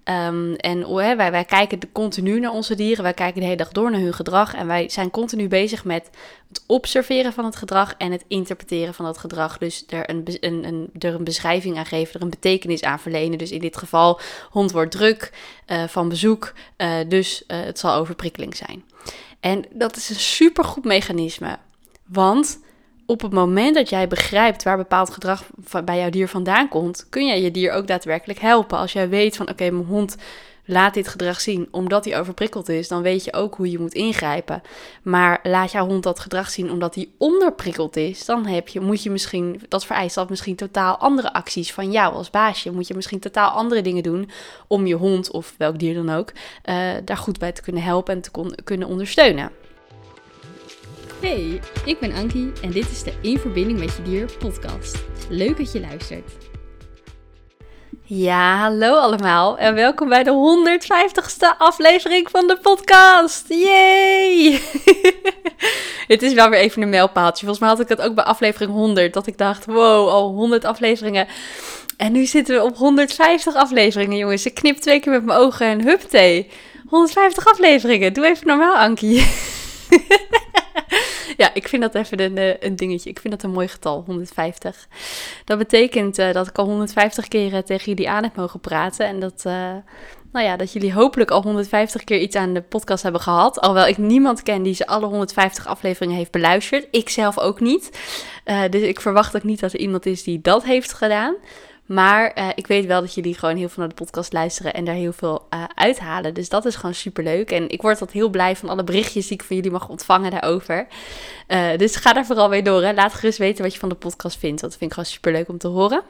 Wij kijken continu naar onze dieren. Wij kijken de hele dag door naar hun gedrag. En wij zijn continu bezig met het observeren van het gedrag en het interpreteren van dat gedrag. Dus er een beschrijving aan geven, er een betekenis aan verlenen. Dus in dit geval, hond wordt druk van bezoek, dus het zal overprikkeling zijn. En dat is een supergoed mechanisme, want op het moment dat jij begrijpt waar bepaald gedrag bij jouw dier vandaan komt, kun jij je dier ook daadwerkelijk helpen. Als jij weet van oké, mijn hond laat dit gedrag zien omdat hij overprikkeld is, dan weet je ook hoe je moet ingrijpen. Maar laat jouw hond dat gedrag zien omdat hij onderprikkeld is, dan dat vereist dat misschien totaal andere acties van jou als baasje. Moet je misschien totaal andere dingen doen om je hond of welk dier dan ook daar goed bij te kunnen helpen en te kunnen ondersteunen. Hey, ik ben Ankie en dit is de In Verbinding met je dier podcast. Leuk dat je luistert. Ja, hallo allemaal en welkom bij de 150ste aflevering van de podcast. Yay! Het is wel weer even een mijlpaaltje. Volgens mij had ik dat ook bij aflevering 100, dat ik dacht, wow, al 100 afleveringen. En nu zitten we op 150 afleveringen, jongens. Ik knip 2 keer met mijn ogen en huptee. 150 afleveringen. Doe even normaal, Ankie. Ja, ik vind dat even een dingetje. Ik vind dat een mooi getal, 150. Dat betekent dat ik al 150 keer tegen jullie aan heb mogen praten. En dat jullie hopelijk al 150 keer iets aan de podcast hebben gehad. Alhoewel ik niemand ken die ze alle 150 afleveringen heeft beluisterd. Ik zelf ook niet. Dus ik verwacht ook niet dat er iemand is die dat heeft gedaan. Maar ik weet wel dat jullie gewoon heel veel naar de podcast luisteren en daar heel veel uithalen. Dus dat is gewoon superleuk. En ik word altijd heel blij van alle berichtjes die ik van jullie mag ontvangen daarover. Dus ga daar vooral mee door. Hè. Laat gerust weten wat je van de podcast vindt. Dat vind ik gewoon superleuk om te horen.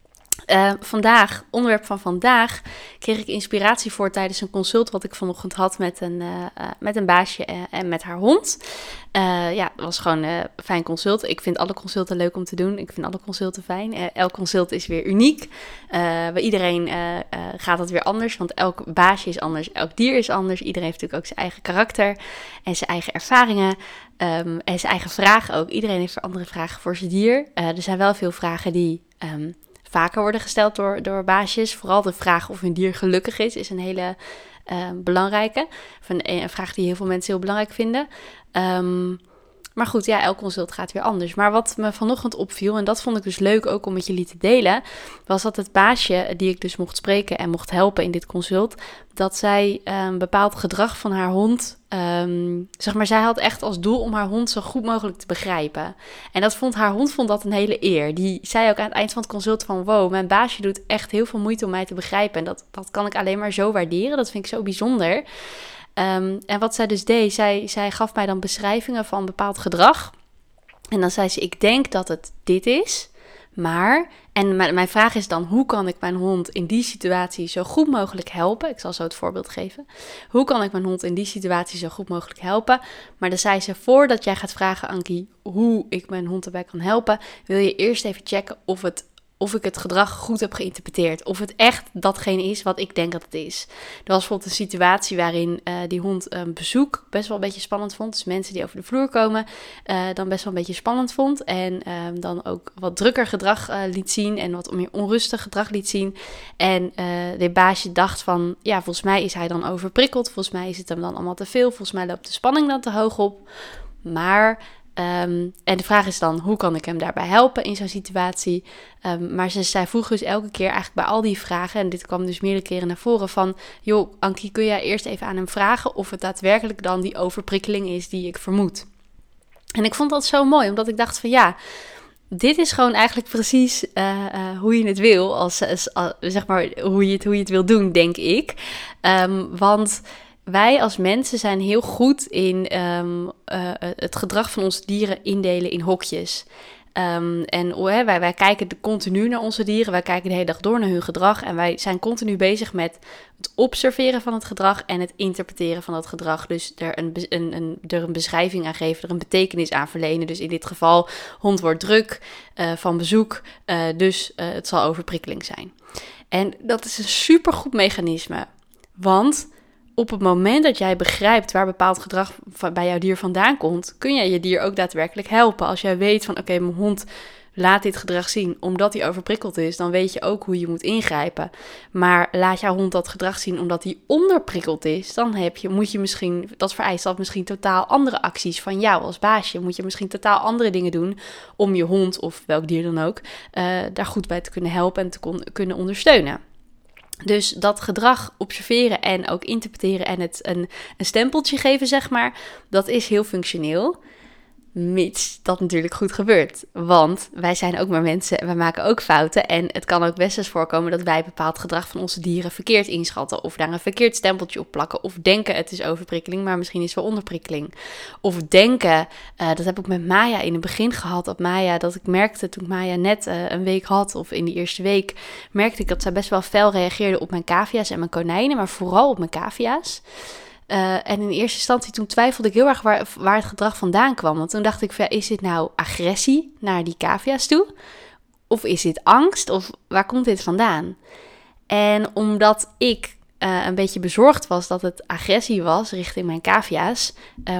Onderwerp van vandaag, kreeg ik inspiratie voor tijdens een consult wat ik vanochtend had met een baasje en met haar hond. Het was gewoon een fijn consult. Ik vind alle consulten leuk om te doen. Ik vind alle consulten fijn. Elk consult is weer uniek. Bij iedereen gaat het weer anders, want elk baasje is anders, elk dier is anders. Iedereen heeft natuurlijk ook zijn eigen karakter en zijn eigen ervaringen. En zijn eigen vragen ook. Iedereen heeft andere vragen voor zijn dier. Er zijn wel veel vragen die vaker worden gesteld door baasjes. Vooral de vraag of hun dier gelukkig is een hele belangrijke. Een vraag die heel veel mensen heel belangrijk vinden. Maar goed, ja, elk consult gaat weer anders. Maar wat me vanochtend opviel, en dat vond ik dus leuk ook om met jullie te delen, was dat het baasje die ik dus mocht spreken en mocht helpen in dit consult, dat zij bepaald gedrag van haar hond, zij had echt als doel om haar hond zo goed mogelijk te begrijpen. En haar hond vond dat een hele eer. Die zei ook aan het eind van het consult van, wow, mijn baasje doet echt heel veel moeite om mij te begrijpen. En dat kan ik alleen maar zo waarderen. Dat vind ik zo bijzonder. En wat zij dus deed, zij gaf mij dan beschrijvingen van bepaald gedrag. En dan zei ze, ik denk dat het dit is, maar... En mijn vraag is dan, hoe kan ik mijn hond in die situatie zo goed mogelijk helpen? Ik zal zo het voorbeeld geven. Hoe kan ik mijn hond in die situatie zo goed mogelijk helpen? Maar dan zei ze, voordat jij gaat vragen, Ankie, hoe ik mijn hond erbij kan helpen, wil je eerst even checken of ik het gedrag goed heb geïnterpreteerd. Of het echt datgene is wat ik denk dat het is. Er was bijvoorbeeld een situatie waarin die hond een bezoek best wel een beetje spannend vond. Dus mensen die over de vloer komen dan best wel een beetje spannend vond. En dan ook wat drukker gedrag liet zien. En wat meer onrustig gedrag liet zien. En de baasje dacht van, ja, volgens mij is hij dan overprikkeld. Volgens mij is het hem dan allemaal te veel. Volgens mij loopt de spanning dan te hoog op. Maar... en de vraag is dan, hoe kan ik hem daarbij helpen in zo'n situatie? Maar zij vroeg dus elke keer eigenlijk bij al die vragen, en dit kwam dus meerdere keren naar voren van, joh, Ankie, kun jij eerst even aan hem vragen of het daadwerkelijk dan die overprikkeling is die ik vermoed? En ik vond dat zo mooi, omdat ik dacht van ja, dit is gewoon eigenlijk precies hoe je het wil, zeg maar hoe je het wil doen, denk ik. Want... wij als mensen zijn heel goed in het gedrag van onze dieren indelen in hokjes. Wij kijken continu naar onze dieren. Wij kijken de hele dag door naar hun gedrag. En wij zijn continu bezig met het observeren van het gedrag en het interpreteren van dat gedrag. Dus er een beschrijving aan geven, er een betekenis aan verlenen. Dus in dit geval, hond wordt druk van bezoek, dus het zal overprikkeling zijn. En dat is een supergoed mechanisme, want op het moment dat jij begrijpt waar bepaald gedrag bij jouw dier vandaan komt, kun jij je dier ook daadwerkelijk helpen. Als jij weet van, oké, mijn hond laat dit gedrag zien omdat hij overprikkeld is, dan weet je ook hoe je moet ingrijpen. Maar laat jouw hond dat gedrag zien omdat hij onderprikkeld is, dan moet je misschien, dat vereist dat misschien totaal andere acties van jou als baasje. Moet je misschien totaal andere dingen doen om je hond of welk dier dan ook daar goed bij te kunnen helpen en te kunnen ondersteunen. Dus dat gedrag observeren en ook interpreteren en het een stempeltje geven, zeg maar, dat is heel functioneel. Mits dat natuurlijk goed gebeurt. Want wij zijn ook maar mensen en wij maken ook fouten. En het kan ook best eens voorkomen dat wij bepaald gedrag van onze dieren verkeerd inschatten. Of daar een verkeerd stempeltje op plakken. Of denken het is overprikkeling, maar misschien is het wel onderprikkeling. Of denken, dat heb ik met Maya in het begin gehad. Dat ik merkte toen Maya net een week had, of in die eerste week, merkte ik dat zij best wel fel reageerde op mijn cavia's en mijn konijnen. Maar vooral op mijn cavia's. En in eerste instantie toen twijfelde ik heel erg waar het gedrag vandaan kwam. Want toen dacht ik, is dit nou agressie naar die cavia's toe? Of is dit angst? Of waar komt dit vandaan? En omdat ik een beetje bezorgd was dat het agressie was richting mijn cavia's,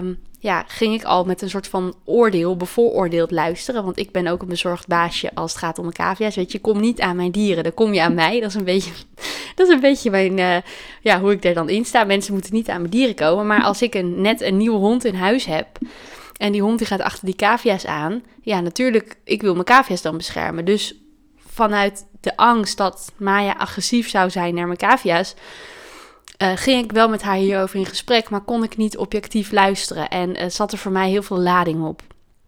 ging ik al met een soort van bevooroordeeld luisteren. Want ik ben ook een bezorgd baasje als het gaat om de cavia's. Weet je, kom niet aan mijn dieren, dan kom je aan mij. Dat is een beetje mijn, hoe ik er dan in sta. Mensen moeten niet aan mijn dieren komen. Maar als ik net een nieuwe hond in huis heb en die hond die gaat achter die cavia's aan, ja, natuurlijk, ik wil mijn cavia's dan beschermen. Dus vanuit de angst dat Maya agressief zou zijn naar mijn cavia's, ging ik wel met haar hierover in gesprek, maar kon ik niet objectief luisteren. En zat er voor mij heel veel lading op.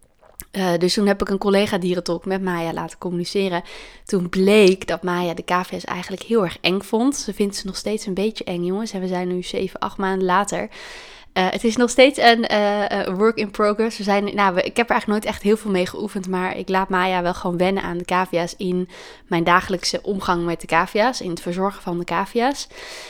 Dus toen heb ik een collega dierentolk met Maya laten communiceren. Toen bleek dat Maya de cavia's eigenlijk heel erg eng vond. Ze vindt ze nog steeds een beetje eng, jongens. En we zijn nu 7, 8 maanden later. Het is nog steeds een work in progress. Ik heb er eigenlijk nooit echt heel veel mee geoefend, maar ik laat Maya wel gewoon wennen aan de cavia's in mijn dagelijkse omgang met de cavia's, in het verzorgen van de cavia's.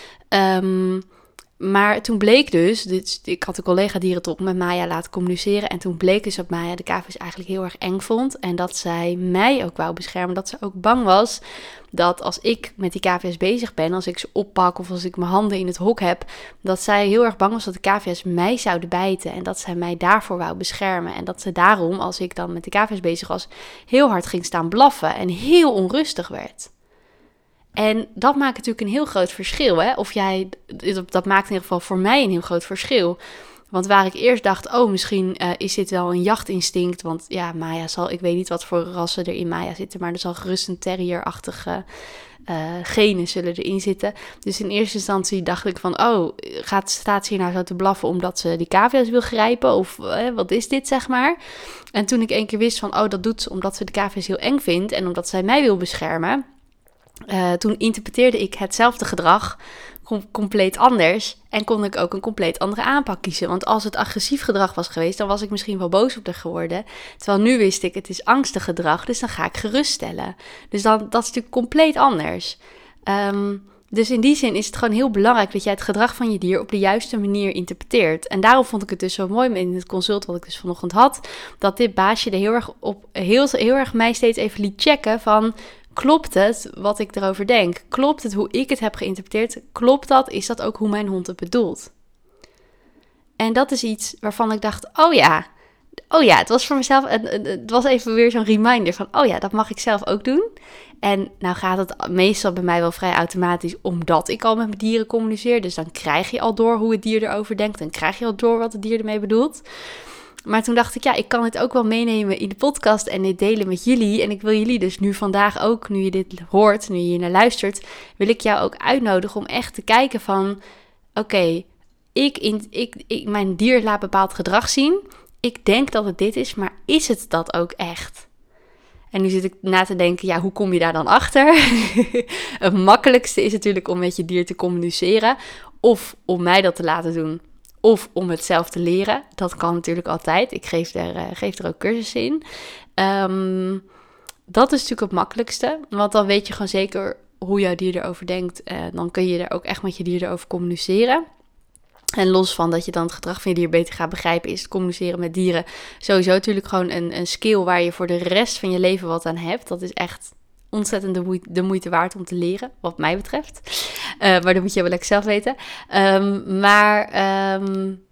Maar toen bleek dus, ik had een collega dierentolk met Maya laten communiceren. En toen bleek dus dat Maya de cavia's eigenlijk heel erg eng vond. En dat zij mij ook wou beschermen. Dat ze ook bang was dat als ik met die cavia's bezig ben, als ik ze oppak of als ik mijn handen in het hok heb, dat zij heel erg bang was dat de cavia's mij zouden bijten. En dat zij mij daarvoor wou beschermen. En dat ze daarom, als ik dan met de cavia's bezig was, heel hard ging staan blaffen en heel onrustig werd. En dat maakt natuurlijk een heel groot verschil, hè? Dat maakt in ieder geval voor mij een heel groot verschil. Want waar ik eerst dacht, misschien is dit wel een jachtinstinct. Want ja, Maya ik weet niet wat voor rassen er in Maya zitten, maar er zal gerust een terrier-achtige genen zullen erin zitten. Dus in eerste instantie dacht ik van, staat ze hier nou zo te blaffen omdat ze die cavia's wil grijpen? Of wat is dit, zeg maar? En toen ik 1 keer wist van, dat doet ze omdat ze de cavia's heel eng vindt en omdat zij mij wil beschermen, toen interpreteerde ik hetzelfde gedrag compleet anders en kon ik ook een compleet andere aanpak kiezen. Want als het agressief gedrag was geweest, dan was ik misschien wel boos op haar geworden. Terwijl nu wist ik, het is angstig gedrag, dus dan ga ik geruststellen. Dus dat is natuurlijk compleet anders. Dus in die zin is het gewoon heel belangrijk dat jij het gedrag van je dier op de juiste manier interpreteert. En daarom vond ik het dus zo mooi in het consult wat ik dus vanochtend had, dat dit baasje er heel erg mij steeds even liet checken van, klopt het wat ik erover denk? Klopt het hoe ik het heb geïnterpreteerd? Klopt dat? Is dat ook hoe mijn hond het bedoelt? En dat is iets waarvan ik dacht, het was voor mezelf, het was even weer zo'n reminder van, dat mag ik zelf ook doen. En nou gaat het meestal bij mij wel vrij automatisch, omdat ik al met mijn dieren communiceer. Dus dan krijg je al door hoe het dier erover denkt. Dan krijg je al door wat het dier ermee bedoelt. Maar toen dacht ik, ik kan het ook wel meenemen in de podcast en dit delen met jullie. En ik wil jullie dus nu vandaag ook, nu je dit hoort, nu je hier naar luistert, wil ik jou ook uitnodigen om echt te kijken van, mijn dier laat bepaald gedrag zien. Ik denk dat het dit is, maar is het dat ook echt? En nu zit ik na te denken, hoe kom je daar dan achter? Het makkelijkste is natuurlijk om met je dier te communiceren of om mij dat te laten doen. Of om het zelf te leren. Dat kan natuurlijk altijd. Ik geef er ook cursussen in. Dat is natuurlijk het makkelijkste. Want dan weet je gewoon zeker hoe jouw dier erover denkt. Dan kun je er ook echt met je dier erover communiceren. En los van dat je dan het gedrag van je dier beter gaat begrijpen, is het communiceren met dieren sowieso natuurlijk gewoon een skill waar je voor de rest van je leven wat aan hebt. Dat is echt ontzettend de moeite waard om te leren, wat mij betreft. Maar dat moet je wel lekker zelf weten.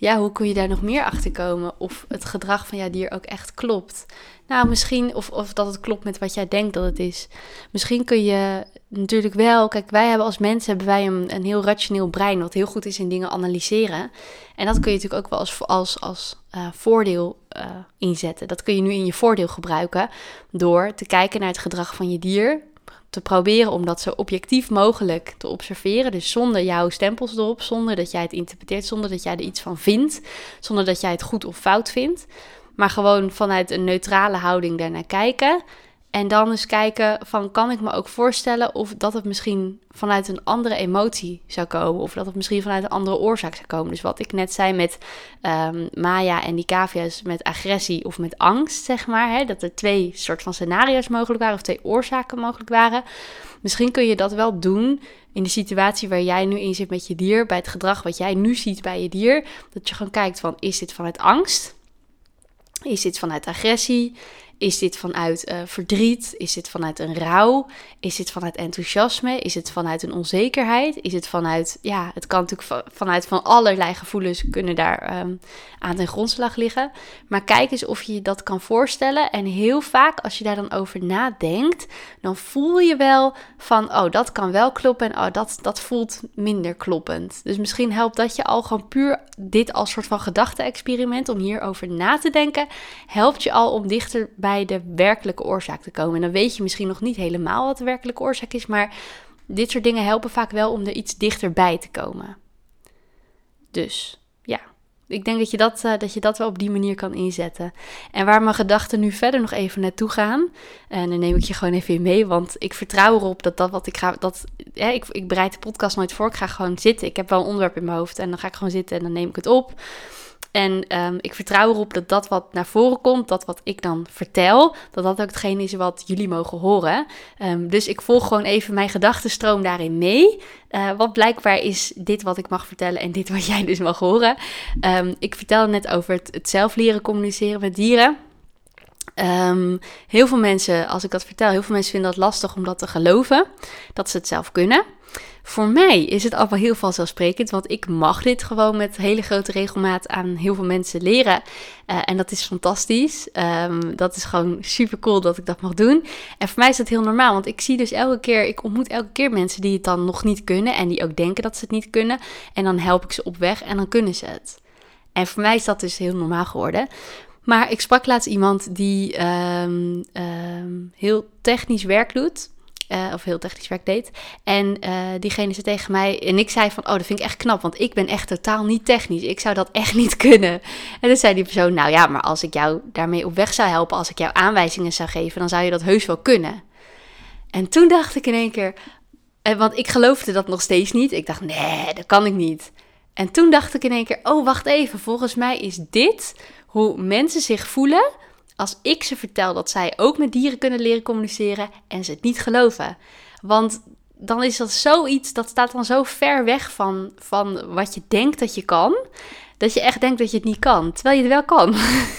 hoe kun je daar nog meer achter komen? Of het gedrag van jouw dier ook echt klopt? Nou, misschien, of dat het klopt met wat jij denkt dat het is. Misschien kun je natuurlijk wel... Kijk, wij hebben als mensen een heel rationeel brein... wat heel goed is in dingen analyseren. En dat kun je natuurlijk ook wel als voordeel inzetten. Dat kun je nu in je voordeel gebruiken... door te kijken naar het gedrag van je dier... te proberen om dat zo objectief mogelijk te observeren. Dus zonder jouw stempels erop, zonder dat jij het interpreteert... zonder dat jij er iets van vindt... zonder dat jij het goed of fout vindt... maar gewoon vanuit een neutrale houding daarnaar kijken. En dan eens kijken van, kan ik me ook voorstellen of dat het misschien vanuit een andere emotie zou komen. Of dat het misschien vanuit een andere oorzaak zou komen. Dus wat ik net zei met Maya en die cavia's met agressie of met angst, zeg maar. Hè, dat er 2 soort van scenario's mogelijk waren of 2 oorzaken mogelijk waren. Misschien kun je dat wel doen in de situatie waar jij nu in zit met je dier. Bij het gedrag wat jij nu ziet bij je dier. Dat je gewoon kijkt van, is dit vanuit angst? Is dit vanuit agressie? Is dit vanuit verdriet? Is dit vanuit een rouw? Is dit vanuit enthousiasme? Is het vanuit een onzekerheid? Is het vanuit, het kan natuurlijk vanuit van allerlei gevoelens kunnen daar aan ten grondslag liggen. Maar kijk eens of je dat kan voorstellen. En heel vaak als je daar dan over nadenkt, dan voel je wel van, dat kan wel kloppen en dat voelt minder kloppend. Dus misschien helpt dat je al gewoon puur dit als soort van gedachte-experiment, om hierover na te denken, helpt je al om dichter bij de werkelijke oorzaak te komen. En dan weet je misschien nog niet helemaal wat de werkelijke oorzaak is, maar dit soort dingen helpen vaak wel om er iets dichterbij te komen. Dus ik denk dat je dat wel op die manier kan inzetten. En waar mijn gedachten nu verder nog even naartoe gaan, en dan neem ik je gewoon even in mee, want ik vertrouw erop dat wat ik ga, ik bereid de podcast nooit voor, ik ga gewoon zitten. Ik heb wel een onderwerp in mijn hoofd en dan ga ik gewoon zitten en dan neem ik het op. En ik vertrouw erop dat wat naar voren komt, dat wat ik dan vertel, dat ook hetgeen is wat jullie mogen horen. Dus ik volg gewoon even mijn gedachtenstroom daarin mee. Want blijkbaar is dit wat ik mag vertellen en dit wat jij dus mag horen. Ik vertelde net over het zelf leren communiceren met dieren. Heel veel mensen, als ik dat vertel, heel veel mensen vinden dat lastig om dat te geloven, dat ze het zelf kunnen. Voor mij is het allemaal heel vanzelfsprekend, want ik mag dit gewoon met hele grote regelmaat aan heel veel mensen leren. En dat is fantastisch. Dat is gewoon super cool dat ik dat mag doen. En voor mij is dat heel normaal, want ik ontmoet elke keer mensen die het dan nog niet kunnen en die ook denken dat ze het niet kunnen. En dan help ik ze op weg en dan kunnen ze het. En voor mij is dat dus heel normaal geworden. Maar ik sprak laatst iemand die heel technisch werk doet. Of heel technisch werk deed. En diegene zei tegen mij, en ik zei van, dat vind ik echt knap, want ik ben echt totaal niet technisch. Ik zou dat echt niet kunnen. En dan zei die persoon, nou ja, maar als ik jou daarmee op weg zou helpen, als ik jou aanwijzingen zou geven, dan zou je dat heus wel kunnen. En toen dacht ik in één keer, want ik geloofde dat nog steeds niet. Ik dacht, nee, dat kan ik niet. En toen dacht ik in één keer, wacht even, volgens mij is dit hoe mensen zich voelen als ik ze vertel dat zij ook met dieren kunnen leren communiceren en ze het niet geloven. Want dan is dat zoiets, dat staat dan zo ver weg van wat je denkt dat je kan, dat je echt denkt dat je het niet kan, terwijl je het wel kan.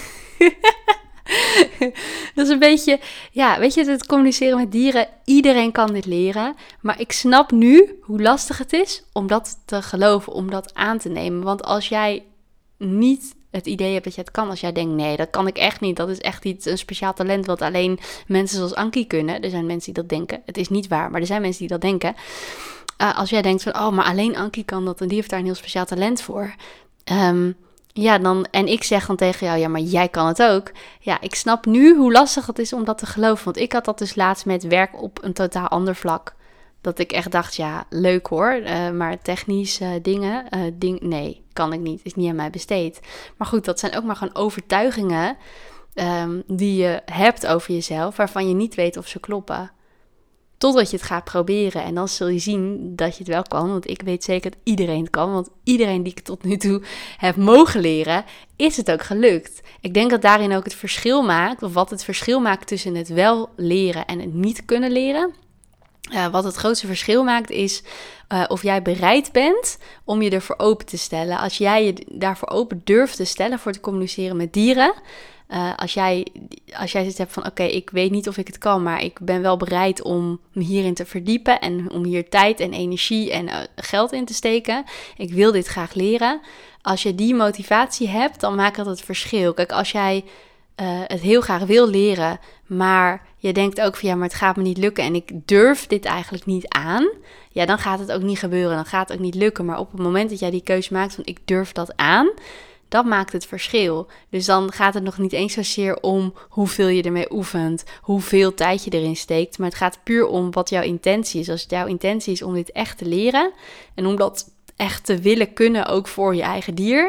Dat is een beetje, weet je, het communiceren met dieren, iedereen kan dit leren. Maar ik snap nu hoe lastig het is om dat te geloven, om dat aan te nemen. Want als jij niet het idee hebt dat je het kan, als jij denkt, nee, dat kan ik echt niet. Dat is echt een speciaal talent wat alleen mensen zoals Ankie kunnen. Er zijn mensen die dat denken. Het is niet waar, maar er zijn mensen die dat denken. Als jij denkt van, maar alleen Ankie kan dat en die heeft daar een heel speciaal talent voor. En ik zeg dan tegen jou, ja, maar jij kan het ook. Ja, ik snap nu hoe lastig het is om dat te geloven. Want ik had dat dus laatst met werk op een totaal ander vlak. Dat ik echt dacht, ja, leuk hoor, maar technisch dingen, nee, kan ik niet. Is niet aan mij besteed. Maar goed, dat zijn ook maar gewoon overtuigingen die je hebt over jezelf, waarvan je niet weet of ze kloppen. Totdat je het gaat proberen en dan zul je zien dat je het wel kan. Want ik weet zeker dat iedereen het kan. Want iedereen die ik tot nu toe heb mogen leren, is het ook gelukt. Ik denk dat daarin ook het verschil maakt, of wat het verschil maakt tussen het wel leren en het niet kunnen leren. Wat het grootste verschil maakt is of jij bereid bent om je ervoor open te stellen. Als jij je daarvoor open durft te stellen voor te communiceren met dieren. Als jij zoiets hebt van oké, ik weet niet of ik het kan, maar ik ben wel bereid om me hierin te verdiepen en om hier tijd en energie en geld in te steken. Ik wil dit graag leren. als je die motivatie hebt, dan maakt dat het verschil. Kijk, als jij het heel graag wil leren, maar je denkt ook van ja, maar het gaat me niet lukken en ik durf dit eigenlijk niet aan. Ja, dan gaat het ook niet gebeuren, dan gaat het ook niet lukken. Maar op het moment dat jij die keuze maakt van ik durf dat aan, dat maakt het verschil. Dus dan gaat het nog niet eens zozeer om hoeveel je ermee oefent, hoeveel tijd je erin steekt. Maar het gaat puur om wat jouw intentie is. Als het jouw intentie is om dit echt te leren en om dat echt te willen kunnen, ook voor je eigen dier.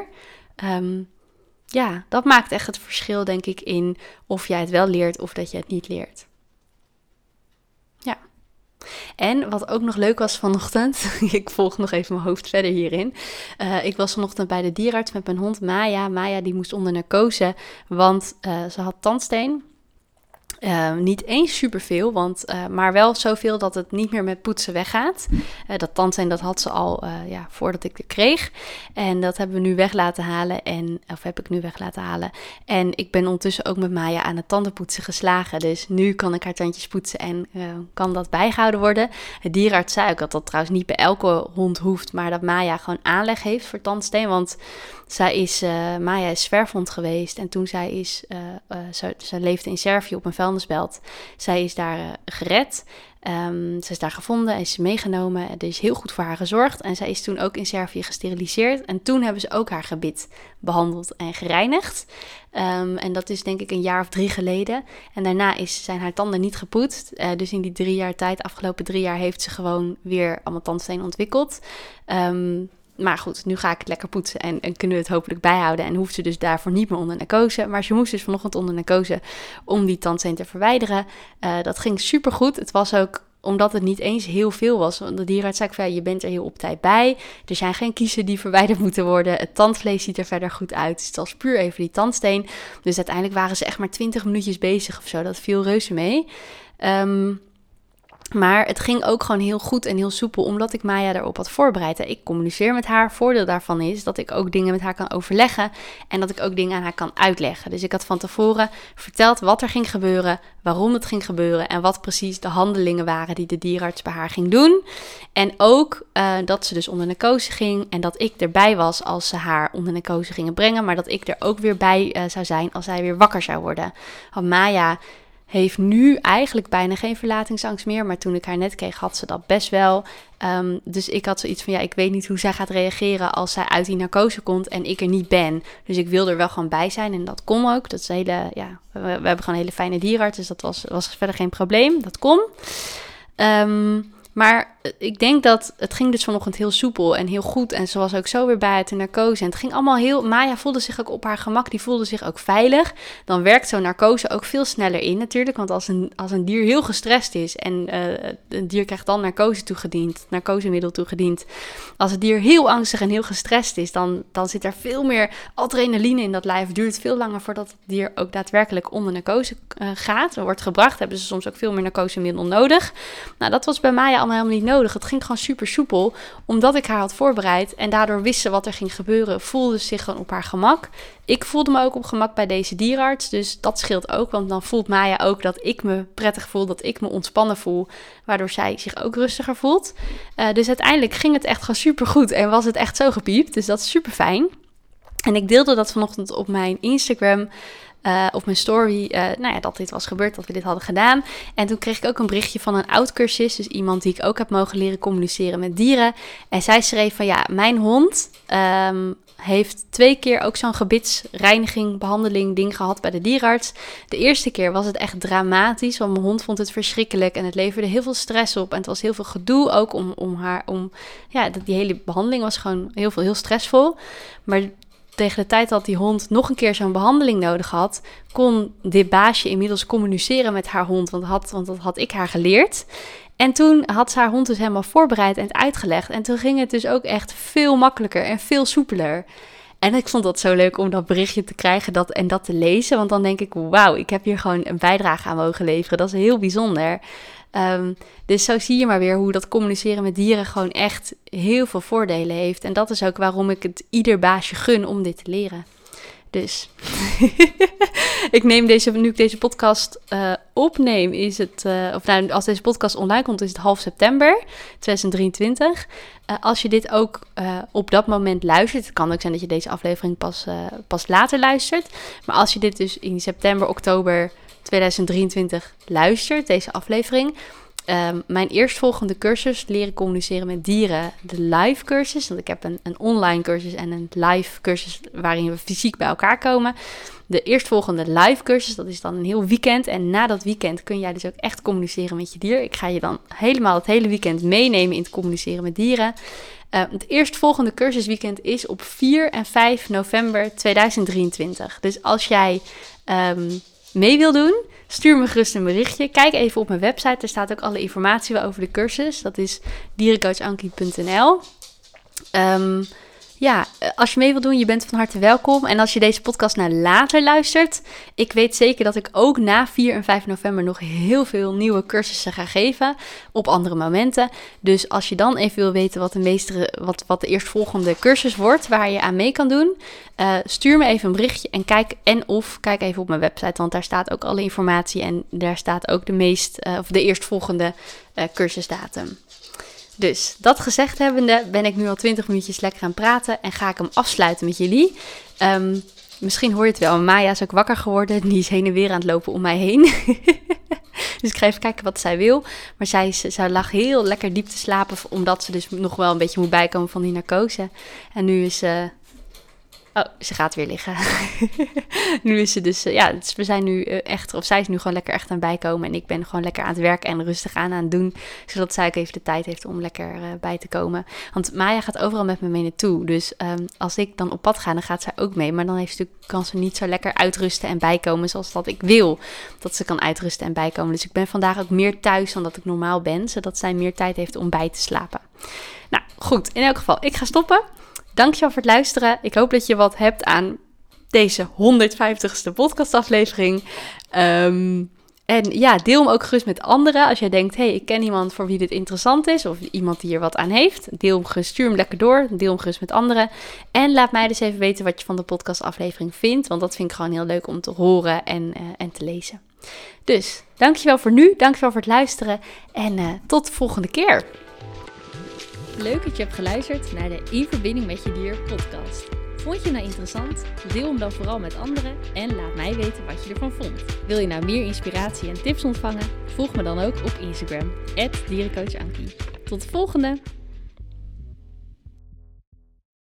Dat maakt echt het verschil, denk ik, in of jij het wel leert of dat je het niet leert. Ja. En wat ook nog leuk was vanochtend, ik volg nog even mijn hoofd verder hierin. Ik was vanochtend bij de dierenarts met mijn hond Maya. Maya die moest onder narcose, want ze had tandsteen. Niet eens superveel, maar wel zoveel dat het niet meer met poetsen weggaat. Dat tandsteen, dat had ze al voordat ik het kreeg. En dat hebben we nu weg laten halen. Heb ik nu weg laten halen. En ik ben ondertussen ook met Maya aan het tandenpoetsen geslagen. Dus nu kan ik haar tandjes poetsen en kan dat bijgehouden worden. Het dierenarts zei ook dat dat trouwens niet bij elke hond hoeft, maar dat Maya gewoon aanleg heeft voor tandsteen. Want Maya is zwerfhond geweest en toen zij leefde in Servië op een vuilnisbelt. Zij is daar gered. Ze is daar gevonden en is meegenomen. Er is heel goed voor haar gezorgd. En zij is toen ook in Servië gesteriliseerd. En toen hebben ze ook haar gebit behandeld en gereinigd. En dat is denk ik een jaar of 3 geleden. En daarna zijn haar tanden niet gepoetst. Dus in die 3 jaar tijd, afgelopen 3 jaar, heeft ze gewoon weer allemaal tandsteen ontwikkeld. Maar goed, nu ga ik het lekker poetsen en kunnen we het hopelijk bijhouden. En hoeft ze dus daarvoor niet meer onder narcose. Maar ze moest dus vanochtend onder narcose om die tandsteen te verwijderen. Dat ging supergoed. Het was ook omdat het niet eens heel veel was. Want de dierenarts zei van, je bent er heel op tijd bij. Er zijn geen kiezen die verwijderd moeten worden. Het tandvlees ziet er verder goed uit. Dus het was puur even die tandsteen. Dus uiteindelijk waren ze echt maar 20 minuutjes bezig of zo. Dat viel reuze mee. Maar het ging ook gewoon heel goed en heel soepel, omdat ik Maya daarop had voorbereid. Ik communiceer met haar. Voordeel daarvan is dat ik ook dingen met haar kan overleggen en dat ik ook dingen aan haar kan uitleggen. Dus ik had van tevoren verteld wat er ging gebeuren, waarom het ging gebeuren en wat precies de handelingen waren die de dierenarts bij haar ging doen. En ook dat ze dus onder narcose ging en dat ik erbij was als ze haar onder narcose gingen brengen, maar dat ik er ook weer bij zou zijn als zij weer wakker zou worden. Want Maya heeft nu eigenlijk bijna geen verlatingsangst meer. Maar toen ik haar net kreeg, had ze dat best wel. Dus ik had zoiets van, ik weet niet hoe zij gaat reageren als zij uit die narcose komt en ik er niet ben. Dus ik wil er wel gewoon bij zijn en dat kon ook. Dat is we hebben gewoon een hele fijne dierenarts, dus dat was verder geen probleem. Dat kon. Maar ik denk dat het ging dus vanochtend heel soepel en heel goed. En ze was ook zo weer bij uit de narcose. En het ging allemaal Maya voelde zich ook op haar gemak. Die voelde zich ook veilig. Dan werkt zo'n narcose ook veel sneller in natuurlijk. Want als een dier heel gestrest is en een dier krijgt dan narcosemiddel toegediend. Als het dier heel angstig en heel gestrest is, dan zit er veel meer adrenaline in dat lijf. Het duurt veel langer voordat het dier ook daadwerkelijk onder narcose gaat. Er wordt gebracht, hebben ze soms ook veel meer narcosemiddel nodig. Nou, dat was bij Maya allemaal helemaal niet nodig. Het ging gewoon super soepel, omdat ik haar had voorbereid en daardoor wist ze wat er ging gebeuren, voelde ze zich gewoon op haar gemak. Ik voelde me ook op gemak bij deze dierenarts, dus dat scheelt ook, want dan voelt Maya ook dat ik me prettig voel, dat ik me ontspannen voel, waardoor zij zich ook rustiger voelt. Dus uiteindelijk ging het echt gewoon super goed en was het echt zo gepiept, dus dat is super fijn. En ik deelde dat vanochtend op mijn Instagram, op mijn story, dat dit was gebeurd, dat we dit hadden gedaan. En toen kreeg ik ook een berichtje van een oud-cursist, dus iemand die ik ook heb mogen leren communiceren met dieren. En zij schreef van, mijn hond heeft 2 keer ook zo'n gebitsreiniging, behandeling, ding gehad bij de dierenarts. De eerste keer was het echt dramatisch, want mijn hond vond het verschrikkelijk en het leverde heel veel stress op. En het was heel veel gedoe ook die hele behandeling was gewoon heel stressvol. Maar tegen de tijd dat die hond nog een keer zo'n behandeling nodig had, kon dit baasje inmiddels communiceren met haar hond, want dat had ik haar geleerd. En toen had ze haar hond dus helemaal voorbereid en uitgelegd. En toen ging het dus ook echt veel makkelijker en veel soepeler. En ik vond dat zo leuk om dat berichtje te krijgen en dat te lezen. Want dan denk ik, wauw, ik heb hier gewoon een bijdrage aan mogen leveren. Dat is heel bijzonder. Dus zo zie je maar weer hoe dat communiceren met dieren gewoon echt heel veel voordelen heeft. En dat is ook waarom ik het ieder baasje gun om dit te leren. Dus Nu ik deze podcast opneem, is het... als deze podcast online komt, is het half september 2023. Als je dit ook op dat moment luistert... Het kan ook zijn dat je deze aflevering pas later luistert. Maar als je dit dus in september, oktober 2023 luistert, deze aflevering... Mijn eerstvolgende cursus, leren communiceren met dieren, de live cursus. Want ik heb een online cursus en een live cursus waarin we fysiek bij elkaar komen. De eerstvolgende live cursus, dat is dan een heel weekend. En na dat weekend kun jij dus ook echt communiceren met je dier. Ik ga je dan helemaal het hele weekend meenemen in het communiceren met dieren. Het eerstvolgende cursusweekend is op 4 en 5 november 2023. Dus als jij mee wil doen, stuur me gerust een berichtje. Kijk even op mijn website. Er staat ook alle informatie over de cursus. Dat is dierencoachankie.nl. Als je mee wil doen, je bent van harte welkom. En als je deze podcast naar later luistert, ik weet zeker dat ik ook na 4 en 5 november nog heel veel nieuwe cursussen ga geven op andere momenten. Dus als je dan even wil weten wat de eerstvolgende cursus wordt, waar je aan mee kan doen, stuur me even een berichtje en kijk even op mijn website, want daar staat ook alle informatie en daar staat ook de eerstvolgende cursusdatum. Dus dat gezegd hebbende ben ik nu al 20 minuutjes lekker aan het praten en ga ik hem afsluiten met jullie. Misschien hoor je het wel, Maya is ook wakker geworden. Die is heen en weer aan het lopen om mij heen. Dus ik ga even kijken wat zij wil. Maar zij lag heel lekker diep te slapen, omdat ze dus nog wel een beetje moet bijkomen van die narcose. En nu is ze... ze gaat weer liggen. Nu is ze dus... we zijn nu zij is nu gewoon lekker echt aan het bijkomen. En ik ben gewoon lekker aan het werken en rustig aan het doen. Zodat zij ook even de tijd heeft om lekker bij te komen. Want Maya gaat overal met me mee naartoe. Dus als ik dan op pad ga, dan gaat zij ook mee. Maar dan kan ze niet zo lekker uitrusten en bijkomen zoals dat ik wil. Dat ze kan uitrusten en bijkomen. Dus ik ben vandaag ook meer thuis dan dat ik normaal ben. Zodat zij meer tijd heeft om bij te slapen. Nou, goed. In elk geval, ik ga stoppen. Dankjewel voor het luisteren. Ik hoop dat je wat hebt aan deze 150ste podcastaflevering. Deel hem ook gerust met anderen. Als jij denkt, ik ken iemand voor wie dit interessant is, of iemand die hier wat aan heeft, stuur hem lekker door. Deel hem gerust met anderen. En laat mij dus even weten wat je van de podcastaflevering vindt, want dat vind ik gewoon heel leuk om te horen en te lezen. Dus, dankjewel voor nu. Dankjewel voor het luisteren. En tot de volgende keer. Leuk dat je hebt geluisterd naar de In Verbinding met Je Dier podcast. Vond je nou interessant? Deel hem dan vooral met anderen en laat mij weten wat je ervan vond. Wil je nou meer inspiratie en tips ontvangen? Volg me dan ook op Instagram, @dierencoachankie. Tot de volgende!